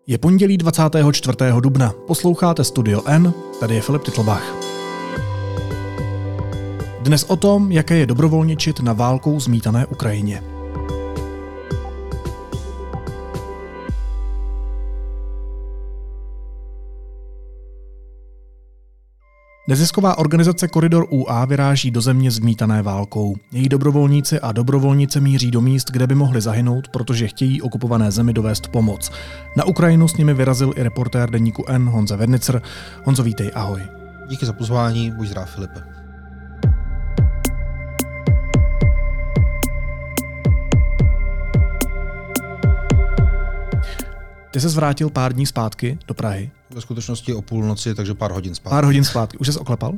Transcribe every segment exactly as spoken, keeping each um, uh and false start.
Je pondělí dvacátého čtvrtého dubna. Posloucháte Studio N, tady je Filip Titlbach. Dnes o tom, jaké je dobrovolničit na válkou zmítané Ukrajině. Nezisková organizace Koridor U A vyráží do země zmítané válkou. Její dobrovolníci a dobrovolnice míří do míst, kde by mohli zahynout, protože chtějí okupované zemi dovést pomoc. Na Ukrajinu s nimi vyrazil i reportér deníku N Honza Vernicer. Honzo, vítej, ahoj. Díky za pozvání, buď zdrav, Filipe. Ty ses vrátil pár dní zpátky do Prahy. Ve skutečnosti o půlnoci, takže pár hodin zpátky. Pár hodin zpátky. Už ses oklepal?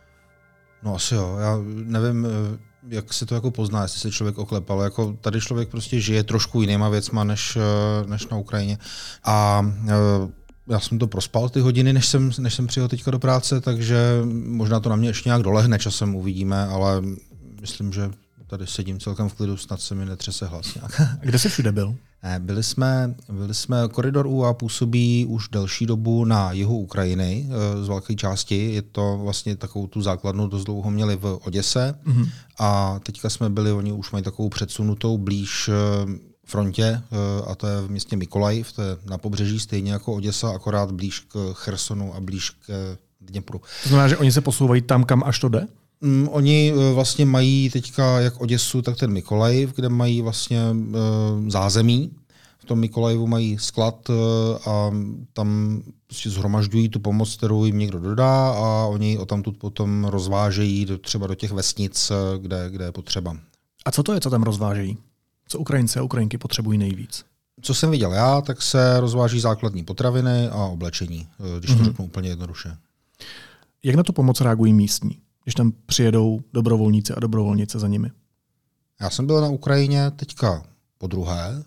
No asi jo. Já nevím, jak se to jako pozná, jestli se člověk oklepal. Jako tady člověk prostě žije trošku jinýma věcma než, než na Ukrajině. A já jsem to prospal ty hodiny, než jsem, než jsem přijel teďka do práce, takže možná to na mě ještě nějak dolehne, časem uvidíme, ale myslím, že tady sedím celkem v klidu, snad se mi netřese hlas nějak. Kde jsi všude byl? Byli jsme, byli jsme, Koridor U A působí už delší dobu na jihu Ukrajiny z velké části. Je to vlastně takovou tu základnu dost dlouho měli v Oděse mm-hmm. a teďka jsme byli, oni už mají takovou předsunutou blíž frontě a to je v městě Mykolajiv, to je na pobřeží stejně jako Oděsa, akorát blíž k Chersonu a blíž k Dněpru. To znamená, že oni se posouvají tam, kam až to jde? Um, oni vlastně mají teďka jak Oděsu, tak ten Mykolajiv, kde mají vlastně uh, zázemí. V tom Mykolajivu mají sklad uh, a tam prostě zhromažďují tu pomoc, kterou jim někdo dodá a oni o tamtud potom rozvážejí do, třeba do těch vesnic, kde, kde je potřeba. A co to je, co tam rozvážejí? Co Ukrajinci a Ukrajinky potřebují nejvíc? Co jsem viděl já, tak se rozváží základní potraviny a oblečení, když to mm-hmm. řeknu úplně jednoduše. Jak na tu pomoc reagují místní, když tam přijedou dobrovolníci a dobrovolnice za nimi? Já jsem byl na Ukrajině teďka podruhé,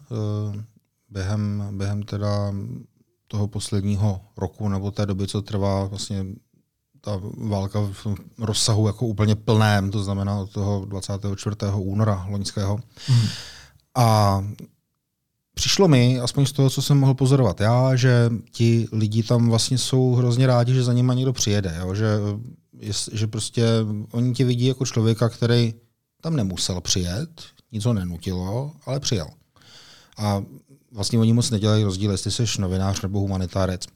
během, během teda toho posledního roku nebo té doby, co trvá vlastně ta válka v rozsahu jako úplně plném, to znamená od toho dvacátého čtvrtého února loňského. Hmm. A přišlo mi, aspoň z toho, co jsem mohl pozorovat já, že ti lidi tam vlastně jsou hrozně rádi, že za nima někdo přijede, jo? Že, že prostě oni tě vidí jako člověka, který tam nemusel přijet, nic ho nenutilo, ale přijel. A vlastně oni moc nedělají rozdíl, jestli jsi novinář nebo humanitárec.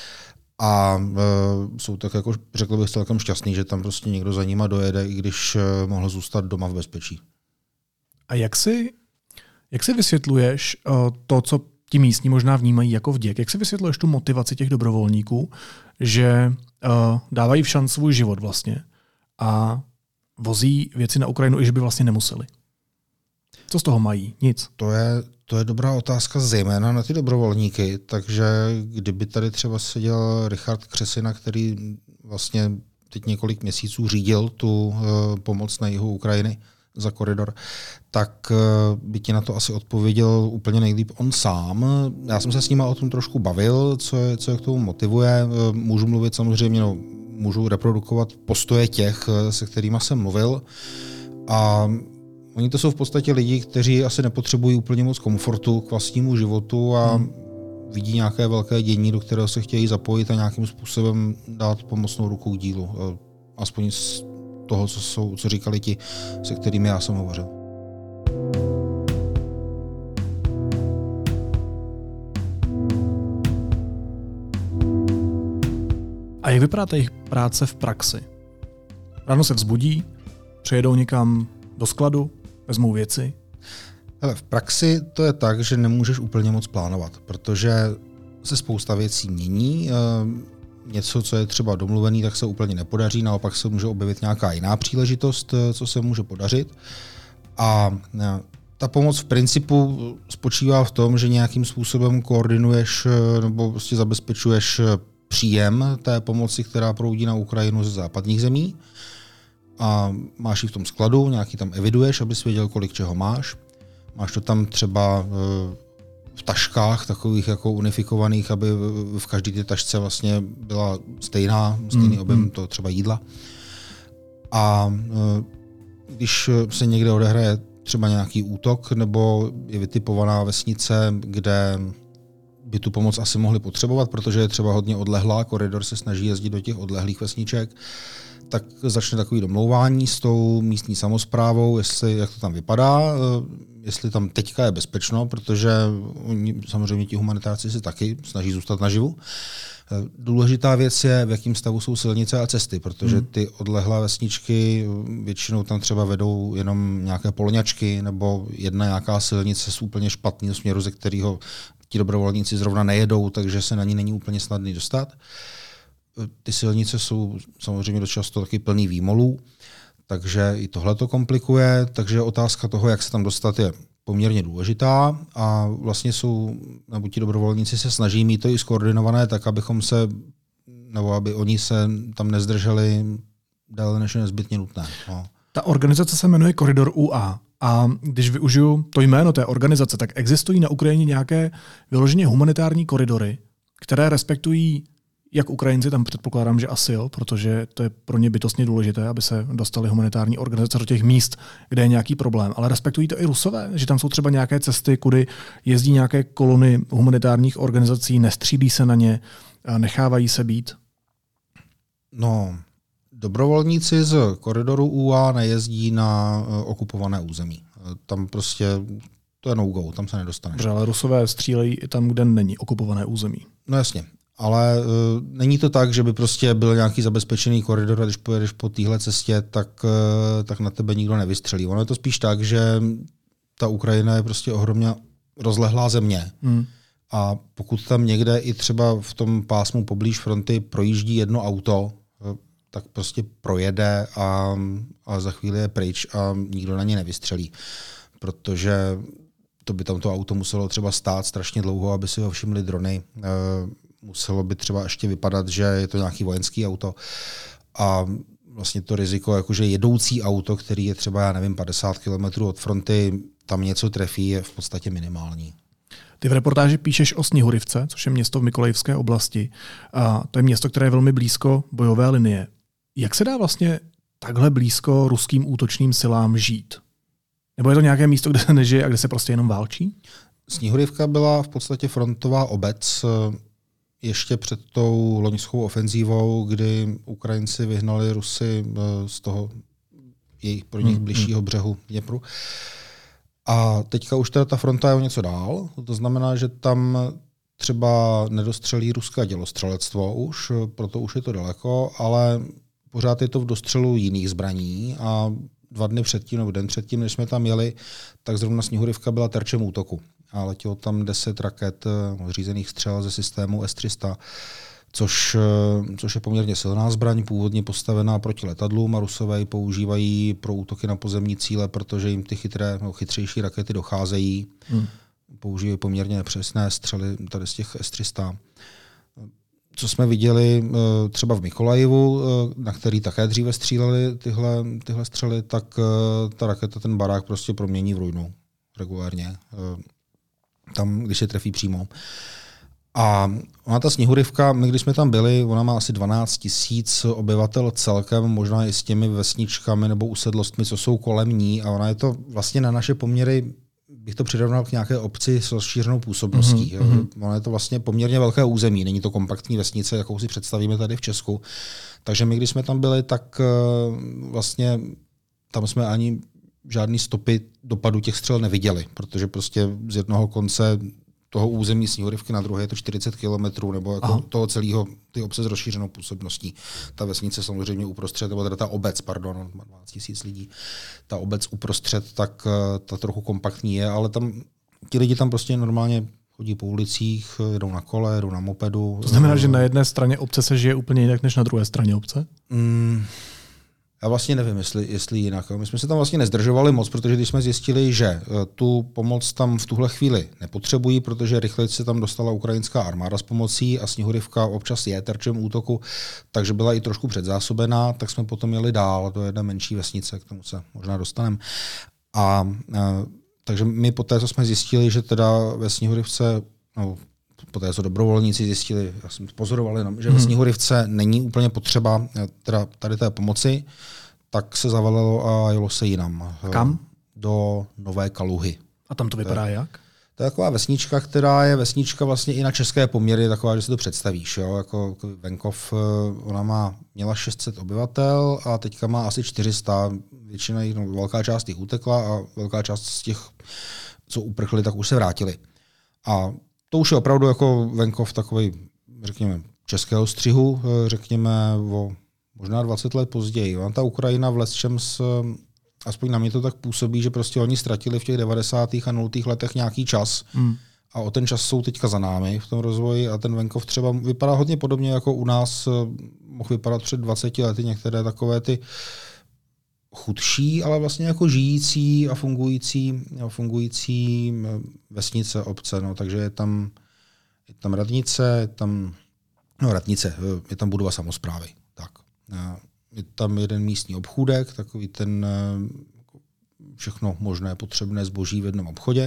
A e, jsou tak jako, řekl bych, celkem šťastný, že tam prostě někdo za nima dojede, i když e, mohl zůstat doma v bezpečí. A jak si, jak si vysvětluješ e, to, co ti místní možná vnímají jako vděk? Jak si vysvětluješ tu motivaci těch dobrovolníků, že e, dávají v šanc svůj život vlastně a vozí věci na Ukrajinu, i že by vlastně nemuseli? Co z toho mají? Nic. To je, to je dobrá otázka zejména na ty dobrovolníky, takže kdyby tady třeba seděl Richard Křesina, který vlastně teď několik měsíců řídil tu uh, pomoc na jihu Ukrajiny za Koridor, tak uh, by ti na to asi odpověděl úplně nejlíp on sám. Já jsem se s nima o tom trošku bavil, co je, co je k tomu motivuje. Uh, můžu mluvit samozřejmě, no, můžu reprodukovat postoje těch, se kterými jsem mluvil. A oni to jsou v podstatě lidi, kteří asi nepotřebují úplně moc komfortu k vlastnímu životu a hmm. vidí nějaké velké dění, do kterého se chtějí zapojit a nějakým způsobem dát pomocnou ruku k dílu. Aspoň z toho, co, jsou, co říkali ti, se kterými já jsem hovořil. A jak vypadá ta jejich práce v praxi? Ráno se vzbudí, přijedou někam do skladu, vezmou věci? Hele, v praxi to je tak, že nemůžeš úplně moc plánovat, protože se spousta věcí mění. Něco, co je třeba domluvený, tak se úplně nepodaří, naopak se může objevit nějaká jiná příležitost, co se může podařit. A ta pomoc v principu spočívá v tom, že nějakým způsobem koordinuješ nebo prostě zabezpečuješ příjem té pomoci, která proudí na Ukrajinu ze západních zemí. A máš ji v tom skladu, nějaký tam eviduješ, abys věděl, kolik čeho máš. Máš to tam třeba v taškách takových jako unifikovaných, aby v každé té tašce vlastně byla stejná, stejný mm, objem mm. toho třeba jídla. A když se někde odehraje třeba nějaký útok nebo je vytipovaná vesnice, kde by tu pomoc asi mohli potřebovat, protože je třeba hodně odlehlá, koridor se snaží jezdit do těch odlehlých vesniček, tak začne takový domlouvání s tou místní samosprávou, jestli, jak to tam vypadá, jestli tam teďka je bezpečno, protože oni, samozřejmě ti humanitárci se taky snaží zůstat naživu. Důležitá věc je, v jakém stavu jsou silnice a cesty, protože ty odlehlé vesničky většinou tam třeba vedou jenom nějaké polňačky nebo jedna nějaká silnice z úplně špatného směru, ze kterého ti dobrovolníci zrovna nejedou, takže se na ní není úplně snadný dostat. Ty silnice jsou samozřejmě dost často taky plný výmolů, takže i tohle to komplikuje, takže otázka toho, jak se tam dostat, je poměrně důležitá a vlastně jsou, nebo ti dobrovolníci se snaží mít to i skoordinované tak, abychom se, nebo aby oni se tam nezdrželi déle než je nezbytně nutné. No. Ta organizace se jmenuje Koridor U A. A když využiju to jméno té organizace, tak existují na Ukrajině nějaké vyloženě humanitární koridory, které respektují jak Ukrajinci, tam předpokládám, že asi jo, protože to je pro ně bytostně důležité, aby se dostali humanitární organizace do těch míst, kde je nějaký problém. Ale respektují to i Rusové, že tam jsou třeba nějaké cesty, kudy jezdí nějaké kolony humanitárních organizací, nestřílí se na ně, nechávají se být? No, dobrovolníci z koridoru U A nejezdí na okupované území. Tam prostě to je no-go, tam se nedostaneš. Dobře, ale Rusové střílejí i tam, kde není okupované území. No jasně. Ale uh, není to tak, že by prostě byl nějaký zabezpečený koridor a když pojedeš po téhle cestě, tak, uh, tak na tebe nikdo nevystřelí. Ono je to spíš tak, že ta Ukrajina je prostě ohromně rozlehlá země. Hmm. A pokud tam někde i třeba v tom pásmu poblíž fronty projíždí jedno auto, uh, tak prostě projede a, a za chvíli je pryč a nikdo na ně nevystřelí. Protože to by tam to auto muselo třeba stát strašně dlouho, aby si ho všimli drony. Uh, Muselo by třeba ještě vypadat, že je to nějaký vojenský auto a vlastně to riziko, jakože jedoucí auto, který je třeba, já nevím, padesát kilometrů od fronty, tam něco trefí, je v podstatě minimální. Ty v reportáži píšeš o Sněhurivce, což je město v Mykolajivské oblasti. A to je město, které je velmi blízko bojové linie. Jak se dá vlastně takhle blízko ruským útočným silám žít? Nebo je to nějaké místo, kde se nežije a kde se prostě jenom válčí? Sněhurivka byla v podstatě frontová obec ještě před tou loňskou ofenzívou, kdy Ukrajinci vyhnali Rusy z toho jejich pro nich bližšího břehu Dněpru. A teďka už teda ta fronta je o něco dál, to znamená, že tam třeba nedostřelí ruské dělostřelectvo už, proto už je to daleko, ale pořád je to v dostřelu jiných zbraní a dva dny předtím nebo den předtím, než jsme tam jeli, tak zrovna Sněhurivka byla terčem útoku. A letělo tam deset raket řízených střel ze systému S tři sta, což, což je poměrně silná zbraň, původně postavená proti letadlům a Rusové ji používají pro útoky na pozemní cíle, protože jim ty chytré, no, chytřejší rakety docházejí. Hmm. Používají poměrně nepřesné střely tady z těch S tři sta. Co jsme viděli třeba v Mykolajivu, na který také dříve stříleli tyhle, tyhle střely, tak ta raketa ten barák prostě promění v ruinu regulárně. Tam, když se trefí přímo. A ona ta Sněhurivka, my když jsme tam byli, ona má asi dvanáct tisíc obyvatel celkem, možná i s těmi vesničkami nebo usedlostmi, co jsou kolem ní. A ona je to vlastně na naše poměry, bych to přirovnal k nějaké obci s rozšířenou působností. Mm-hmm. Ono je to vlastně poměrně velké území, není to kompaktní vesnice, jakou si představíme tady v Česku. Takže my, když jsme tam byli, tak vlastně tam jsme ani žádný stopy dopadu těch střel neviděli, protože prostě z jednoho konce toho území Sněhurivky na druhé je to čtyřicet kilometrů, nebo jako toho celého, ty obce s rozšířenou působností. Ta vesnice samozřejmě uprostřed, nebo teda ta obec, pardon, má dvanáct tisíc lidí, ta obec uprostřed, tak ta trochu kompaktní je, ale tam ti lidi tam prostě normálně chodí po ulicích, jedou na kole, jedou na mopedu. To znamená, že na jedné straně obce se žije úplně jinak než na druhé straně obce? Mm. Já vlastně nevím, jestli, jestli jinak. My jsme se tam vlastně nezdržovali moc, protože když jsme zjistili, že tu pomoc tam v tuhle chvíli nepotřebují, protože rychleji se tam dostala ukrajinská armáda s pomocí a Sněhurivka občas je terčem útoku, takže byla i trošku předzásobená, tak jsme potom jeli dál do jedné menší vesnice, k tomu se možná dostaneme. A, a takže my poté, co jsme zjistili, že teda ve Sněhurivce, no, poté, co dobrovolníci zjistili, já jsem pozorovali, že ve Sněhurivce není úplně potřeba teda tady té pomoci, tak se zavalilo a jelo se jinam. Kam? Do Nové Kaluhy. A tam to vypadá jak? To je taková vesnička, která je vesnička vlastně i na české poměry, taková, že si to představíš. Jo? Jako venkov, ona má, měla šest set obyvatel a teďka má asi čtyři sta. Většina jich, no, velká část jich utekla a velká část z těch, co uprchli, tak už se vrátili. A to už je opravdu jako venkov takový, řekněme, českého střihu, řekněme o možná dvacet let později. A ta Ukrajina v lecčems, aspoň na mě to tak působí, že prostě oni ztratili v těch devadesátých a nultých letech nějaký čas mm. a o ten čas jsou teďka za námi v tom rozvoji a ten venkov třeba vypadá hodně podobně jako u nás mohl vypadat před dvaceti lety některé takové ty chudší, ale vlastně jako žijící a fungující, fungující vesnice, obce. No, takže je tam, je tam radnice, je tam, no radnice, je tam budova samosprávy. Tak. Je tam jeden místní obchůdek, takový ten všechno možné potřebné zboží v jednom obchodě.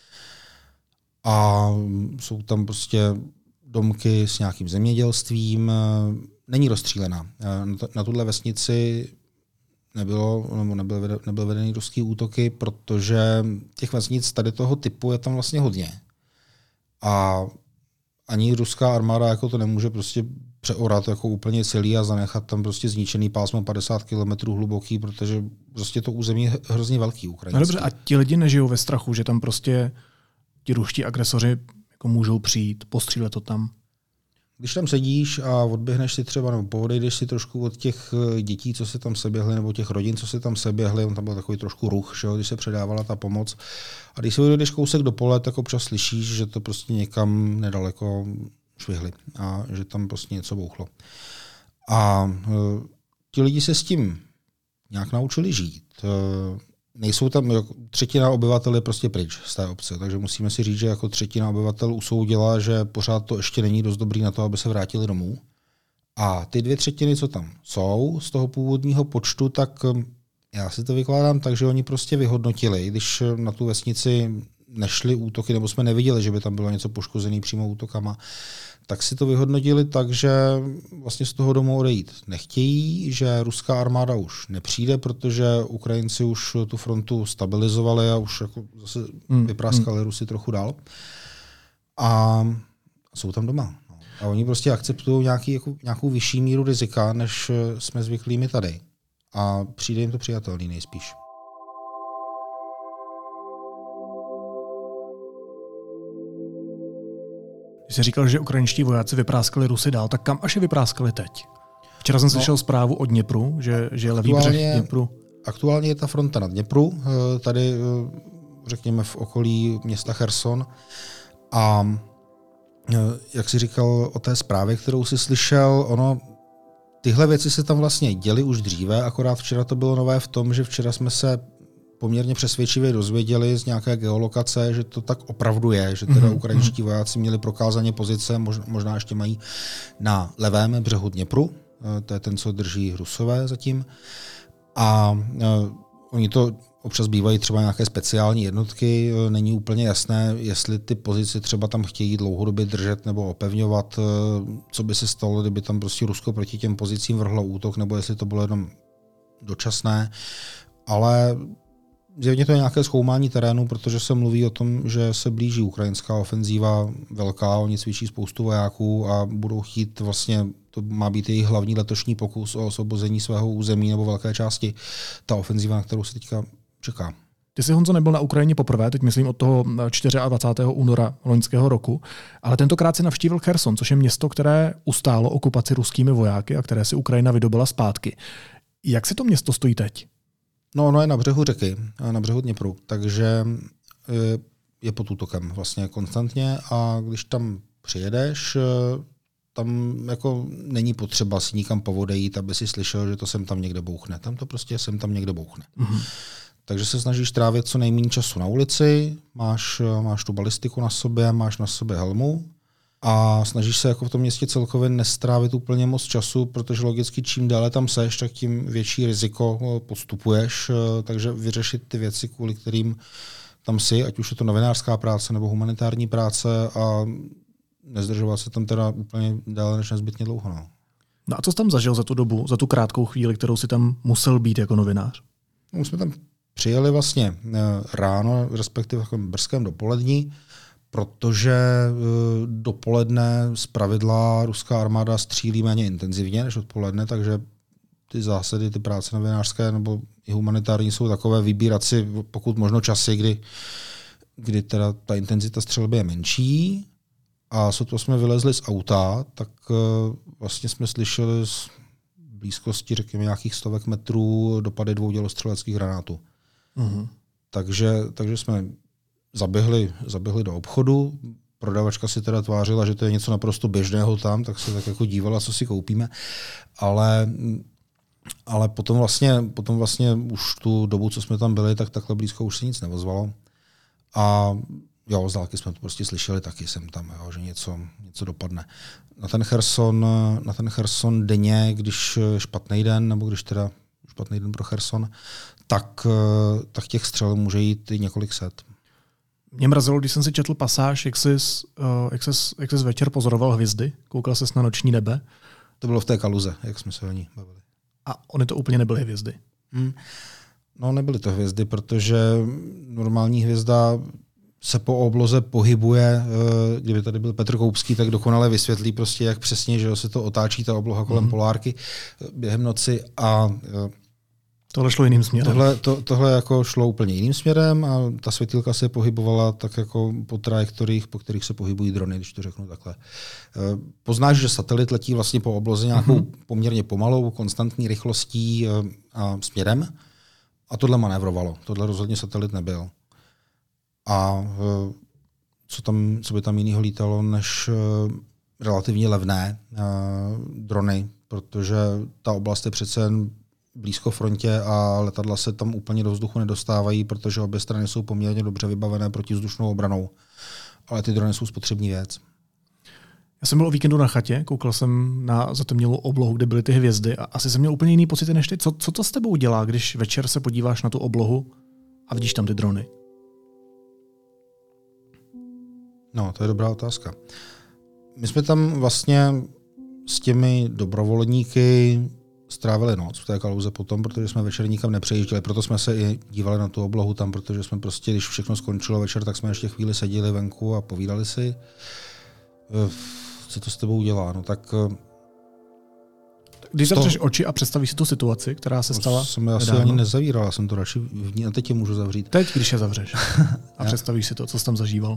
A jsou tam prostě domky s nějakým zemědělstvím. Není rozstřílená. Na tuhle vesnici nebylo, nebo nebyl, veden, nebyl vedený ruský útoky, protože těch vesnic tady toho typu je tam vlastně hodně. A ani ruská armáda jako to nemůže prostě přeorat jako úplně celý a zanechat tam prostě zničený pásmo padesát kilometrů hluboký, protože prostě to území je hrozně velký ukrajinský. No dobře, a ti lidi nežijou ve strachu, že tam prostě ti ruští agresoři jako můžou přijít, postřílet to tam? Když tam sedíš a odběhneš si třeba, nebo povodejdeš si trošku od těch dětí, co se tam seběhly, nebo těch rodin, co se tam seběhly, on tam byl takový trošku ruch, že jo, když se předávala ta pomoc. A když si odejdeš kousek do pole, tak občas slyšíš, že to prostě někam nedaleko švihli a že tam prostě něco bouchlo. A e, ti lidi se s tím nějak naučili žít. E, nejsou tam, jako, třetina obyvatel je prostě pryč z té obce, takže musíme si říct, že jako třetina obyvatel usoudila, že pořád to ještě není dost dobrý na to, aby se vrátili domů. A ty dvě třetiny, co tam jsou z toho původního počtu, tak já si to vykládám tak, že oni prostě vyhodnotili, když na tu vesnici nešly útoky, nebo jsme neviděli, že by tam bylo něco poškozené přímo útokama, tak si to vyhodnotili tak, že vlastně z toho domu odejít nechtějí, že ruská armáda už nepřijde, protože Ukrajinci už tu frontu stabilizovali a už jako zase hmm. vypráskali hmm. Rusy trochu dál. A jsou tam doma. A oni prostě akceptují nějaký, jako, nějakou vyšší míru rizika, než jsme zvyklí my tady. A přijde jim to přijatelný nejspíš. Když jsi říkal, že ukrajinští vojáci vypráskali Rusy dál, tak kam až je vypráskali teď? Včera jsem slyšel no, zprávu o Dněpru, že, že je levý břeh Dněpru. Aktuálně je ta fronta na Dněpru, tady řekněme v okolí města Cherson. A jak jsi říkal o té zprávě, kterou jsi slyšel, ono, tyhle věci se tam vlastně děly už dříve, akorát včera to bylo nové v tom, že včera jsme se poměrně přesvědčivě dozvěděli z nějaké geolokace, že to tak opravdu je, že teda mm-hmm. ukrajinští vojáci měli prokázaně pozice, možná ještě mají na levém břehu Dněpru, to je ten, co drží Rusové zatím. A uh, oni to občas bývají třeba nějaké speciální jednotky, není úplně jasné, jestli ty pozice třeba tam chtějí dlouhodobě držet nebo opevňovat, co by se stalo, kdyby tam prostě Rusko proti těm pozicím vrhlo útok, nebo jestli to bylo jenom dočasné. Ale zjevně to je nějaké zkoumání terénu, protože se mluví o tom, že se blíží ukrajinská ofenzíva velká, oni cvičí spoustu vojáků a budou chtít vlastně, to má být jejich hlavní letošní pokus o osvobození svého území nebo velké části, ta ofenzíva, na kterou se teďka čeká. Ty jsi, Honzo, nebyl na Ukrajině poprvé, teď myslím od toho dvacátého čtvrtého února loňského roku, ale tentokrát si navštívil Cherson, což je město, které ustálo okupaci ruskými vojáky a které si Ukrajina vydobila zpátky. Jak se to město stojí teď? No, ono je na břehu řeky, na břehu Dněpru, takže je pod útokem vlastně konstantně a když tam přijedeš, tam jako není potřeba si nikam povodejít, aby si slyšel, že to sem tam někde bouchne. Tam to prostě sem tam někde bouchne. Mm-hmm. Takže se snažíš trávit co nejméně času na ulici, máš, máš tu balistiku na sobě, máš na sobě helmu a snažíš se jako v tom městě celkově nestrávit úplně moc času, protože logicky čím déle tam seš, tak tím větší riziko podstupuješ, takže vyřešit ty věci, kvůli kterým tam jsi, ať už je to novinářská práce nebo humanitární práce a nezdržovat se tam teda úplně déle než nezbytně dlouho. No. No a co jsi tam zažil za tu dobu, za tu krátkou chvíli, kterou si tam musel být jako novinář? No, my jsme tam přijeli vlastně ráno, respektive v brzkém dopolední, protože dopoledne zpravidla ruská armáda střílí méně intenzivně než odpoledne, takže ty zásady, ty práce novinářské nebo i humanitární jsou takové vybírat si pokud možno časy, kdy, kdy teda ta intenzita střelby je menší. A sotva jsme vylezli z auta, tak vlastně jsme slyšeli z blízkosti, řekněme, nějakých stovek metrů dopady dvou dělostřeleckých granátů. Mm-hmm. Takže, takže jsme zaběhli, zaběhli do obchodu. Prodavačka si teda tvářila, že to je něco naprosto běžného tam, tak se tak jako dívala, co si koupíme. Ale, ale potom, vlastně, potom vlastně už tu dobu, co jsme tam byli, tak takhle blízko už se nic neozvalo. A jo, z dálky jsme to prostě slyšeli taky jsem tam, jo, že něco, něco dopadne. Na ten Cherson, na ten Cherson denně, když špatný den, nebo když teda špatný den pro Cherson, tak, tak těch střel může jít i několik set. Mě mrazilo, když jsem si četl pasáž, jak jsi, jak jsi, jak jsi večer pozoroval hvězdy, koukal ses na noční nebe. To bylo v té kaluze, jak jsme se o ní bavili. A ony to úplně nebyly hvězdy. Hmm. No, nebyly to hvězdy, protože normální hvězda se po obloze pohybuje, kdyby tady byl Petr Koupský, tak dokonale vysvětlí prostě, jak přesně, že se to otáčí ta obloha kolem mm. polárky během noci a tohle šlo jiným směrem. Tohle, to, tohle jako šlo úplně jiným směrem a ta světýlka se pohybovala tak jako po trajektoriích, po kterých se pohybují drony, když to řeknu takhle. Poznáš, že satelit letí vlastně po obloze nějakou mm. poměrně pomalou, konstantní rychlostí a směrem a tohle manévrovalo. Tohle rozhodně satelit nebyl. A co, tam, co by tam jinýho lítalo, než relativně levné drony, protože ta oblast je přece jen blízko frontě a letadla se tam úplně do vzduchu nedostávají, protože obě strany jsou poměrně dobře vybavené protivzdušnou obranou. Ale ty drony jsou spotřební věc. Já jsem byl o víkendu na chatě, koukal jsem na zatemnělou oblohu, kde byly ty hvězdy a asi jsem měl úplně jiný pocity než ty. Co, co to s tebou dělá, když večer se podíváš na tu oblohu a vidíš tam ty drony? No, to je dobrá otázka. My jsme tam vlastně s těmi dobrovolníky strávili noc v té kaluze potom, protože jsme večer nikam nepřejížděli, proto jsme se i dívali na tu oblohu tam, protože jsme prostě, když všechno skončilo večer, tak jsme ještě chvíli seděli venku a povídali si. Co to s tebou dělá? No tak... Když zavřeš oči a představíš si tu situaci, která se stala... Jsem asi ani nezavíral, já jsem to radši v ní a teď je můžu zavřít. Teď, když je zavřeš a představíš si to, co jsi tam zažíval.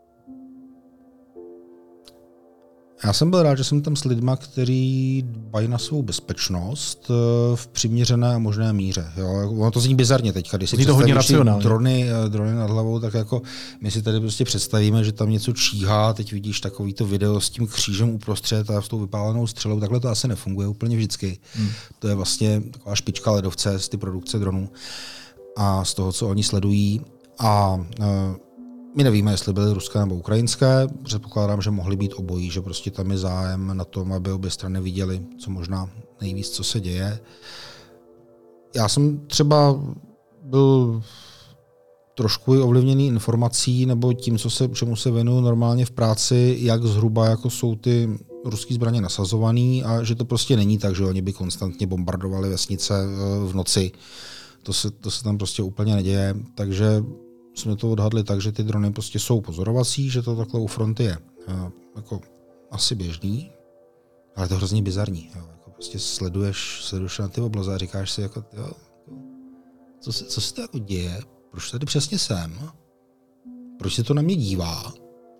Já jsem byl rád, že jsem tam s lidma, kteří dbají na svou bezpečnost v přiměřené a možné míře. Jo. Ono to zní bizarně teďka, když si představíš drony, drony nad hlavou, tak jako my si tady prostě představíme, že tam něco číhá, teď vidíš takovýto video s tím křížem uprostřed a s tou vypálenou střelou, takhle to asi nefunguje úplně vždycky. Hmm. To je vlastně taková špička ledovce z ty produkce dronů a z toho, co oni sledují. A my nevíme, jestli byly ruské nebo ukrajinské, předpokládám, že mohly být obojí, že prostě tam je zájem na tom, aby obě strany viděly, co možná nejvíc, co se děje. Já jsem třeba byl trošku ovlivněný informací nebo tím, co se, čemu se věnuju normálně v práci, jak zhruba jako jsou ty ruské zbraně nasazované a že to prostě není tak, že oni by konstantně bombardovali vesnice v noci. To se, to se tam prostě úplně neděje, takže jsme to odhadli tak, že ty drony prostě jsou pozorovací, že to takhle u fronty je jako asi běžný, ale to hrozně bizarní. Jo. Jako prostě sleduješ, sleduješ na ty obloze a říkáš si, jako, jo, co, se, co se to jako děje, proč tady přesně jsem, proč se to na mě dívá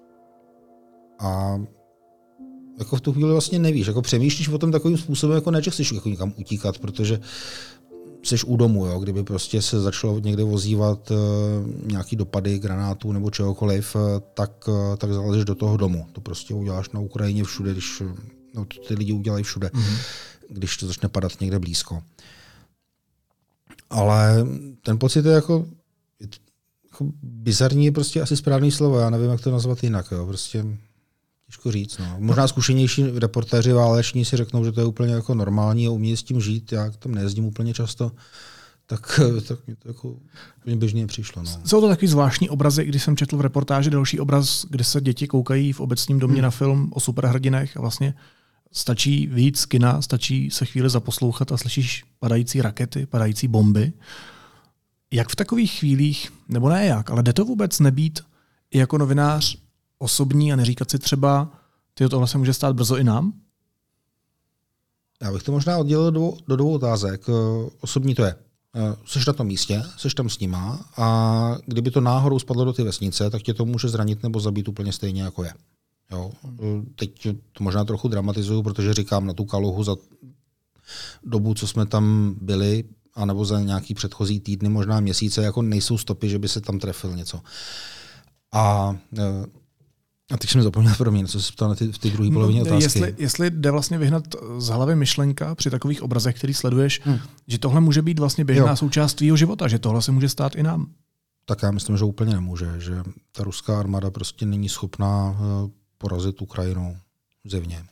a jako v tu chvíli vlastně nevíš, jako přemýšlíš o tom takovým způsobem, jako ne, že chceš jako někam utíkat, protože seš u domu, jo? Kdyby prostě se začalo někde vozívat uh, nějaký dopady granátů nebo čehokoliv, uh, tak, uh, tak zalezeš do toho domu. To prostě uděláš na Ukrajině všude, když no, to ty lidi udělají všude, mm-hmm. když to začne padat někde blízko. Ale ten pocit je jako, je to, jako bizarní je prostě asi správný slovo, já nevím, jak to nazvat jinak. Jo? Prostě těžko říct. No. Možná zkušenější reportéři váleční si řeknou, že to je úplně jako normální a umí s tím žít. Já tam nejezdím úplně často, tak, tak mi to jako úplně běžně přišlo. No. Jsou to takový zvláštní obrazy, když jsem četl v reportáži další obraz, kde se děti koukají v obecním domě hmm. na film o superhrdinech a vlastně stačí vyjít z kina, stačí se chvíli zaposlouchat a slyšíš padající rakety, padající bomby. Jak v takových chvílích, nebo ne jak, ale jde to vůbec nebýt i jako novinář osobní a neříkat si třeba, tyjo, tohle se může stát brzo i nám? Já bych to možná oddělil do, do dvou otázek. Osobní to je. Seš na tom místě, seš tam s nima a kdyby to náhodou spadlo do ty vesnice, tak tě to může zranit nebo zabít úplně stejně, jako je. Jo. Teď to možná trochu dramatizuju, protože říkám na tu Kaluhu za dobu, co jsme tam byli, anebo za nějaký předchozí týdny, možná měsíce, jako nejsou stopy, že by se tam trefil něco. A, a teď jsem zapomněl pro mě, co se ptal v té druhé polovině no, otázky. Jestli, jestli jde vlastně vyhnat z hlavy myšlenka při takových obrazech, který sleduješ, hmm. že tohle může být vlastně běžná jo. součást tvýho života, že tohle se může stát i nám. Tak já myslím, že úplně nemůže, že ta ruská armáda prostě není schopná porazit Ukrajinu zevně.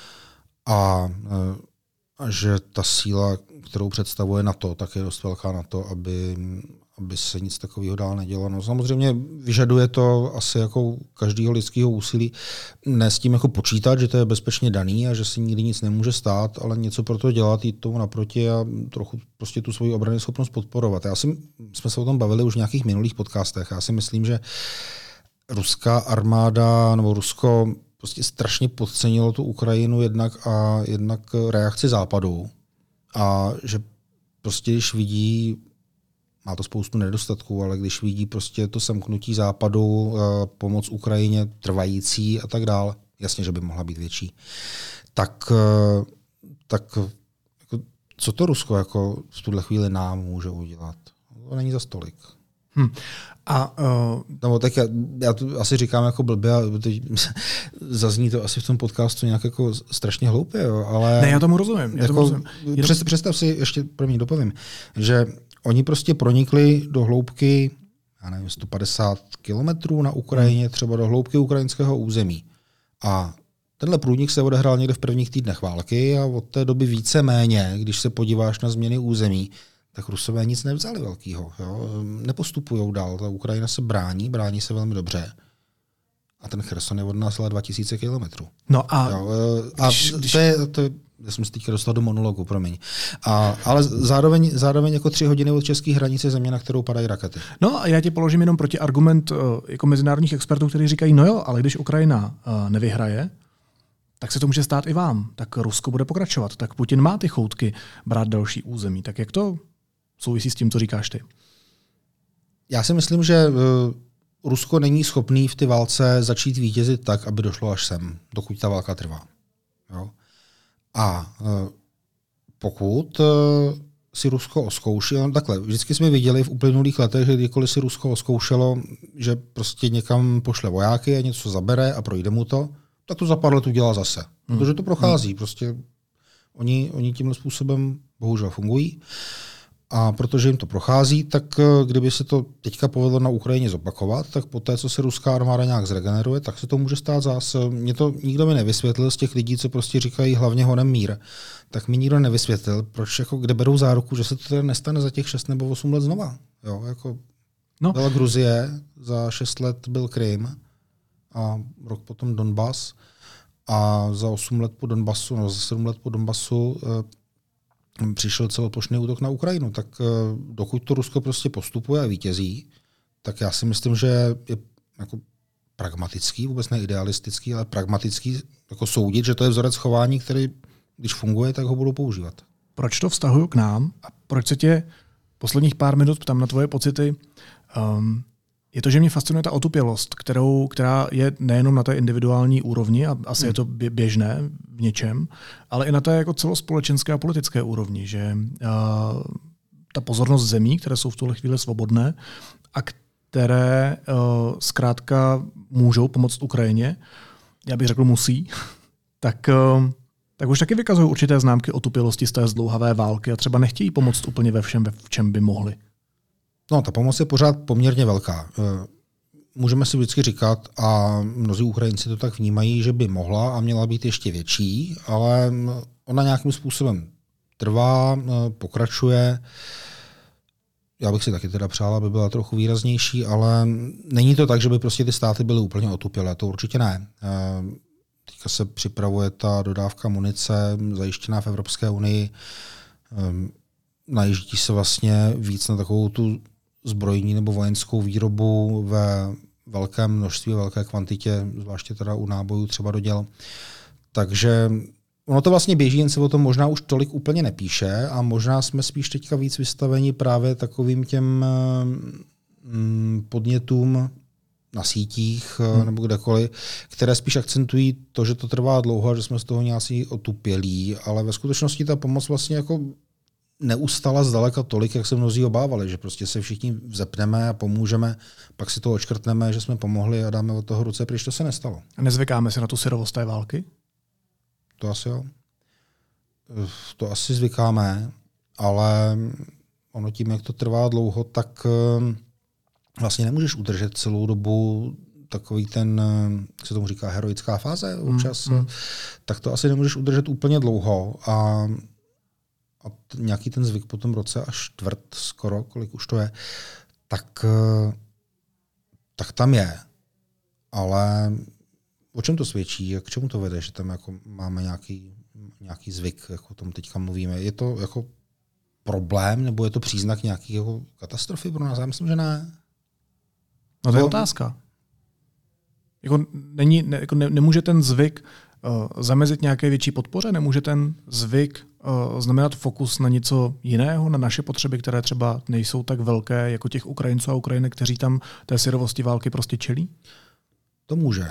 A, a že ta síla, kterou představuje NATO, tak je dost velká na to, aby, aby se nic takového dál nedělo. No, samozřejmě vyžaduje to asi jako každého lidského úsilí, ne s tím jako počítat, že to je bezpečně daný a že se nikdy nic nemůže stát, ale něco pro to dělat, jít tomu naproti a trochu prostě tu svoji obrany schopnost podporovat. Já si, jsme se o tom bavili už v nějakých minulých podcastech. Já si myslím, že ruská armáda nebo Rusko prostě strašně podcenilo tu Ukrajinu jednak a jednak reakci Západu. A že prostě když vidí, má to spoustu nedostatků, ale když vidí prostě to semknutí Západu, pomoc Ukrajině trvající a tak dále, jasně, že by mohla být větší, tak, tak jako, co to Rusko jako v tuhle chvíli nám může udělat? To není za stolik. Hm. A, uh... no, tak já, já to asi říkám jako blbě, a teď zazní to asi v tom podcastu nějak jako strašně hloupě, jo, ale... Ne, já tomu rozumím. Já jako, tomu rozumím. Jenom... Představ, představ si, ještě pro mě dopovím, že oni prostě pronikli do hloubky, já nevím, sto padesát kilometrů na Ukrajině, třeba do hloubky ukrajinského území. A tenhle průnik se odehrál někde v prvních týdnech války a od té doby víceméně, když se podíváš na změny území, tak Rusové nic nevzali velkýho. Jo? Nepostupují dál. Ta Ukrajina se brání, brání se velmi dobře. A ten Cherson je od nás ale dva tisíce kilometrů. No a, jo? a když... to je, to je, já jsem se teďka dostal do monologu, promiň. A, ale zároveň, zároveň jako tři hodiny od české hranice země, na kterou padají rakety. No a já ti položím jenom protiargument jako mezinárodních expertů, kteří říkají, no jo, ale když Ukrajina nevyhraje, tak se to může stát i vám. Tak Rusko bude pokračovat. Tak Putin má ty choutky brát další území. Tak jak to souvisí s tím, co říkáš ty? Já si myslím, že uh, Rusko není schopný v té válce začít vítězit tak, aby došlo až sem, dokud ta válka trvá. Jo? A uh, pokud uh, si Rusko oskouší, no takhle, vždycky jsme viděli v uplynulých letech, že kdykoliv si Rusko oskoušelo, že prostě někam pošle vojáky a něco zabere a projde mu to, tak to za pár let udělá zase. Hmm. Protože to prochází. Hmm. Prostě oni, oni tímhle způsobem bohužel fungují. A protože jim to prochází, tak kdyby se to teďka povedlo na Ukrajině zopakovat, tak poté, co se ruská armáda nějak zregeneruje, tak se to může stát zase. Mě to nikdo mi nevysvětlil z těch lidí, co prostě říkají hlavně honem mír. Tak mi nikdo nevysvětlil, proč jako kde berou záruku, že se to teda nestane za těch šest nebo osm let znova. Jo, jako no. Byla Gruzie, za šest let byl Krym a rok potom Donbas a za osm let po Donbasu, no za sedm let po Donbasu přišel celoplošný útok na Ukrajinu, tak dokud to Rusko prostě postupuje a vítězí, tak já si myslím, že je jako pragmatický, vůbec ne idealistický, ale pragmatický jako soudit, že to je vzorec chování, který, když funguje, tak ho budou používat. Proč to vztahuju k nám a proč se tě posledních pár minut ptám na tvoje pocity? Um, je to, že mě fascinuje ta otupělost, kterou, která je nejenom na té individuální úrovni, a asi hmm. je to běžné v něčem, ale i na té jako celospolečenské a politické úrovni, že uh, ta pozornost zemí, které jsou v tuhle chvíli svobodné a které uh, zkrátka můžou pomoct Ukrajině, já bych řekl musí, tak, uh, tak už taky vykazují určité známky otupělosti z té zdlouhavé války a třeba nechtějí pomoct úplně ve všem, ve čem by mohli. No, ta pomoc je pořád poměrně velká. Můžeme si vždycky říkat, a mnozí Ukrajinci to tak vnímají, že by mohla a měla být ještě větší, ale ona nějakým způsobem trvá, pokračuje. Já bych si taky teda přála, aby byla trochu výraznější, ale není to tak, že by prostě ty státy byly úplně otupělé. To určitě ne. Teďka se připravuje ta dodávka munice zajištěná v Evropské unii. Najíždí se vlastně víc na takovou tu zbrojní nebo vojenskou výrobu ve velkém množství, velké kvantitě, zvláště teda u nábojů třeba do děl. Takže ono to vlastně běží, jen se o tom možná už tolik úplně nepíše a možná jsme spíš teďka víc vystaveni právě takovým těm mm, podnětům na sítích hmm. nebo kdekoliv, které spíš akcentují to, že to trvá dlouho a že jsme z toho nějaký otupělí, ale ve skutečnosti ta pomoc vlastně jako neustala zdaleka tolik, jak se mnozí obávali, že prostě se všichni vzepneme a pomůžeme, pak si to odškrtneme, že jsme pomohli a dáme od toho ruce pryč, to se nestalo. A nezvykáme se na tu syrovost té války? To asi jo. To asi zvykáme, ale ono tím, jak to trvá dlouho, tak vlastně nemůžeš udržet celou dobu takový ten, jak se tomu říká, heroická fáze občas, mm, mm. tak to asi nemůžeš udržet úplně dlouho a, a t- nějaký ten zvyk po tom roce až čtvrt skoro, kolik už to je, tak, tak tam je. Ale o čem to svědčí? K čemu to vede, že tam jako máme nějaký, nějaký zvyk, jak o tom teďka mluvíme? Je to jako problém, nebo je to příznak nějaké jako katastrofy pro nás? Já myslím, že ne. No to je otázka. Jako není, ne, jako ne, nemůže ten zvyk uh, zamezit nějaké větší podpoře? Nemůže ten zvyk uh, znamenat fokus na něco jiného, na naše potřeby, které třeba nejsou tak velké jako těch Ukrajinců a Ukrajinek, kteří tam té syrovosti války prostě čelí? To může,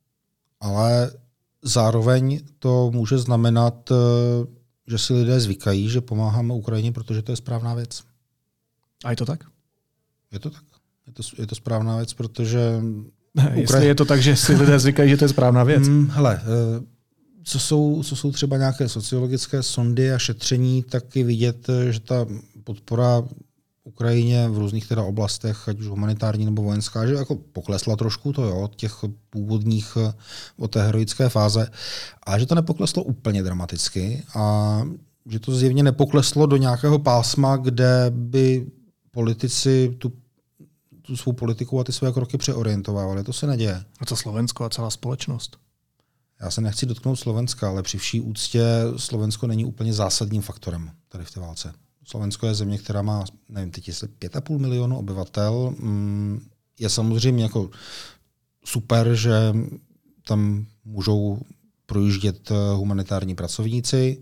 ale zároveň to může znamenat, že si lidé zvykají, že pomáháme Ukrajině, protože to je správná věc. A je to tak? Je to tak. Je to, je to správná věc, protože... Jestli Ukra... je to tak, že si lidé zvykají, že to je správná věc. Hmm, hele, co jsou, co jsou třeba nějaké sociologické sondy a šetření, tak je vidět, že ta podpora Ukrajině v různých teda oblastech, ať už humanitární nebo vojenská, že jako poklesla trošku to jo, od těch původních, od té heroické fáze, a že to nepokleslo úplně dramaticky a že to zjevně nepokleslo do nějakého pásma, kde by politici tu, tu svou politiku a ty své kroky přeorientovávali. To se neděje. A co Slovensko a celá společnost? Já se nechci dotknout Slovenska, ale při vší úctě Slovensko není úplně zásadním faktorem tady v té válce. Slovensko je země, která má, nevím, teď jestli pět a půl milionu obyvatel. Je samozřejmě jako super, že tam můžou projíždět humanitární pracovníci,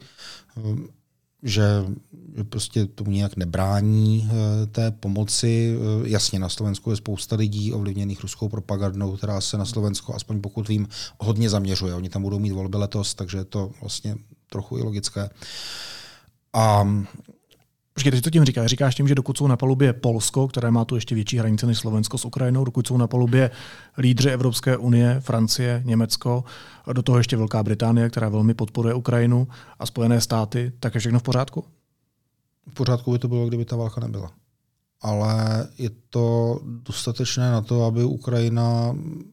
že prostě tomu nějak nebrání té pomoci. Jasně, na Slovensku je spousta lidí ovlivněných ruskou propagandou, která se na Slovensko, aspoň pokud vím, hodně zaměřuje. Oni tam budou mít volby letos, takže je to vlastně trochu i logické. A Počkej, ty to tím říkáš. Říkáš tím, že dokud jsou na palubě Polsko, které má tu ještě větší hranice než Slovensko s Ukrajinou, dokud jsou na palubě lídři Evropské unie, Francie, Německo, a do toho ještě Velká Británie, která velmi podporuje Ukrajinu, a Spojené státy, tak je všechno v pořádku? V pořádku by to bylo, kdyby ta válka nebyla. Ale je to dostatečné na to, aby Ukrajina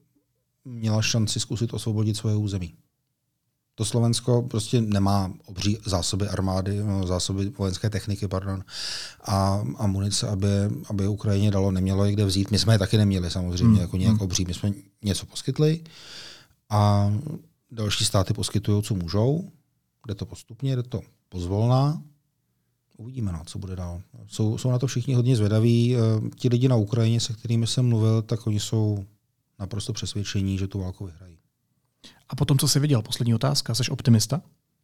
měla šanci zkusit osvobodit svoje území. To Slovensko prostě nemá obří zásoby armády, zásoby vojenské techniky, pardon, a, a munice, aby, aby Ukrajině dalo, nemělo je kde vzít. My jsme je taky neměli samozřejmě, hmm. jako nějak obří. My jsme něco poskytli a další státy poskytují, co můžou. Jde to postupně, jde to pozvolna. Uvidíme, no, co bude dál. Jsou, jsou na to všichni hodně zvědaví. Ti lidi na Ukrajině, se kterými jsem mluvil, tak oni jsou naprosto přesvědčení, že tu válku vyhrají. A potom, co jsi viděl? Poslední otázka. Jsi optimista?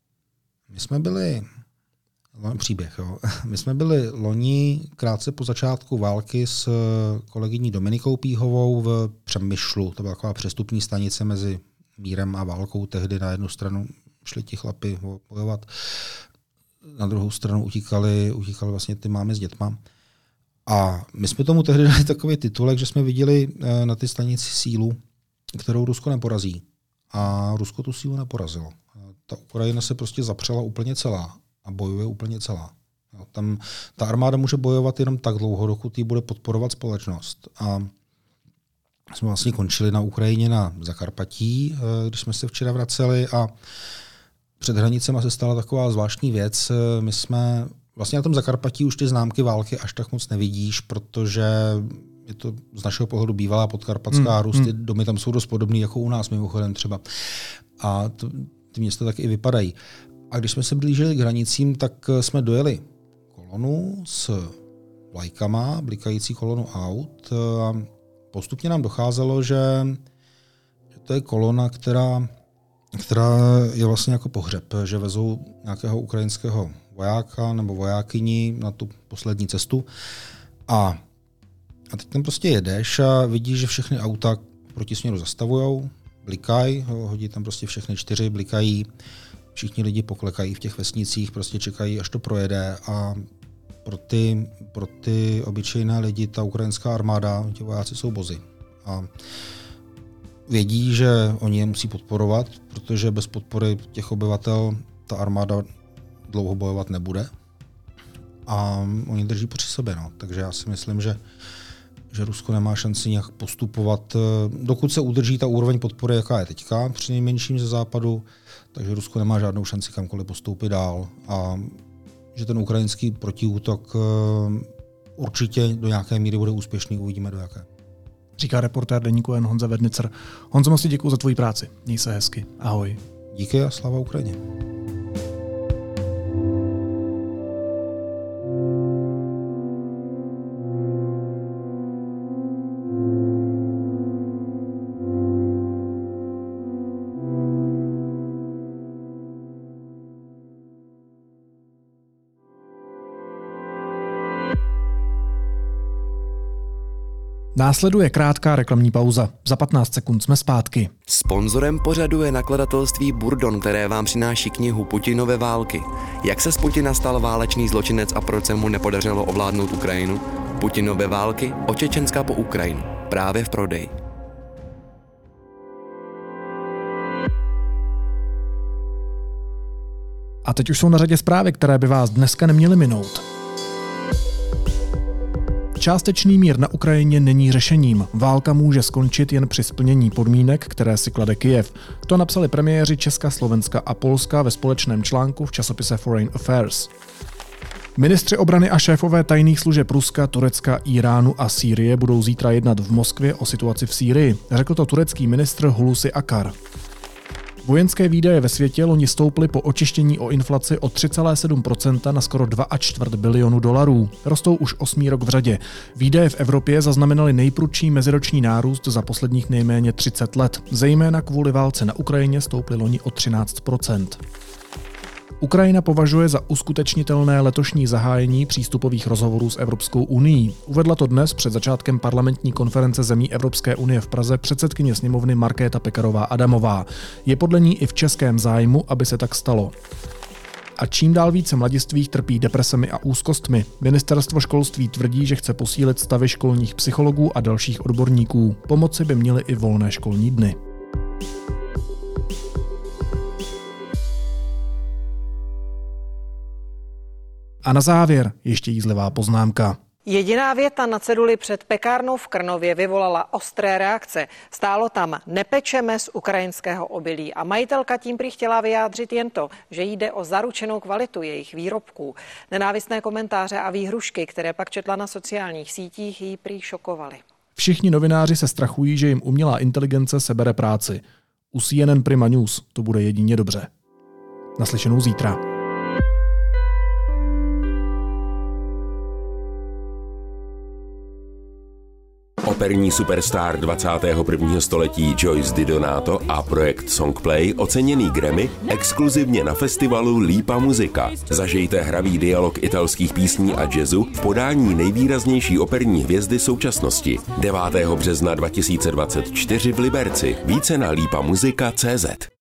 My jsme byli, příběh, jo. My jsme byli loni krátce po začátku války s kolegyní Dominikou Píhovou v Přemyšlu. To byla taková přestupní stanice mezi mírem a válkou. Tehdy na jednu stranu šli ti chlapi bojovat, na druhou stranu utíkali, utíkali vlastně ty mámy s dětma. A my jsme tomu tehdy dali takový titulek, že jsme viděli na ty stanici sílu, kterou Rusko neporazí. A Rusko tu sílu neporazilo. Ta Ukrajina se prostě zapřela úplně celá a bojuje úplně celá. Tam ta armáda může bojovat jenom tak dlouho, dokud jí bude podporovat společnost. A jsme vlastně končili na Ukrajině na Zakarpatí, když jsme se včera vraceli, a před hranicema se stala taková zvláštní věc. My jsme vlastně na tom Zakarpatí už ty známky války až tak moc nevidíš, protože je to z našeho pohledu bývalá podkarpatská hmm, Rus, ty hmm. domy tam jsou dost podobný jako u nás mimochodem třeba. A to, ty města tak i vypadají. A když jsme se blížili k hranicím, tak jsme dojeli kolonu s vlajkama, blikající kolonu aut. Postupně nám docházelo, že to je kolona, která, která je vlastně jako pohřeb, že vezou nějakého ukrajinského vojáka nebo vojákyni na tu poslední cestu. A, a teď tam prostě jedeš a vidíš, že všechny auta proti směru zastavujou, blikají, hodí tam prostě všechny čtyři, blikají, všichni lidi poklekají v těch vesnicích, prostě čekají, až to projede a pro ty, pro ty obyčejné lidi ta ukrajinská armáda, ti vojáci jsou bozy. A vědí, že oni je musí podporovat, protože bez podpory těch obyvatel ta armáda dlouho bojovat nebude. A oni drží při sobě. No. Takže já si myslím, že, že Rusko nemá šanci nějak postupovat, dokud se udrží ta úroveň podpory, jaká je teďka, při nejmenším ze západu, takže Rusko nemá žádnou šanci kamkoliv postoupit dál. A že ten ukrajinský protiútok určitě do nějaké míry bude úspěšný, uvidíme do jaké. Říká reportér deníku N Honza Vednicer. Honzo, moc děkuji za tvoji práci. Měj se hezky. Ahoj. Díky a sláva Ukrajině. Následuje krátká reklamní pauza. Za patnáct sekund jsme zpátky. Sponzorem pořadu je nakladatelství Burdon, které vám přináší knihu Putinovy války. Jak se z Putina stal válečný zločinec a proč se mu nepodařilo ovládnout Ukrajinu? Putinovy války od Čečenska po Ukrajinu. Právě v prodeji. A teď už jsou na řadě zprávy, které by vás dneska neměly minout. Částečný mír na Ukrajině není řešením. Válka může skončit jen při splnění podmínek, které si klade Kyjev. To napsali premiéři Česka, Slovenska a Polska ve společném článku v časopise Foreign Affairs. Ministři obrany a šéfové tajných služeb Ruska, Turecka, Iránu a Sýrie budou zítra jednat v Moskvě o situaci v Sýrii, řekl to turecký ministr Hulusi Akar. Vojenské výdaje ve světě loni stouply po očištění o inflaci o tři celá sedm procenta na skoro dva a čtvrt bilionu dolarů. Rostou už osmý rok v řadě. Výdaje v Evropě zaznamenaly nejprudší meziroční nárůst za posledních nejméně třicet let. Zejména kvůli válce na Ukrajině stouply loni o třináct procent. Ukrajina považuje za uskutečnitelné letošní zahájení přístupových rozhovorů s Evropskou unií. Uvedla to dnes před začátkem parlamentní konference zemí Evropské unie v Praze předsedkyně sněmovny Markéta Pekarová Adamová. Je podle ní i v českém zájmu, aby se tak stalo. A čím dál více mladistvých trpí depresemi a úzkostmi. Ministerstvo školství tvrdí, že chce posílit stavy školních psychologů a dalších odborníků. Pomoci by měly i volné školní dny. A na závěr ještě jízlivá poznámka. Jediná věta na ceduli před pekárnou v Krnově vyvolala ostré reakce. Stálo tam nepečeme z ukrajinského obilí a majitelka tím prý chtěla vyjádřit jen to, že jde o zaručenou kvalitu jejich výrobků. Nenávistné komentáře a výhrušky, které pak četla na sociálních sítích, jí prý šokovaly. Všichni novináři se strachují, že jim umělá inteligence sebere práci. U C N N Prima News to bude jedině dobře. Naslyšenou zítra. Operní superstar dvacátého prvního století Joyce DiDonato a projekt Songplay oceněný Grammy exkluzivně na festivalu Lípa Muzika. Zažijte hravý dialog italských písní a jazzu v podání nejvýraznější operní hvězdy současnosti. devátého března dva tisíce dvacet čtyři v Liberci. Více na lípa muzika tečka cé zet.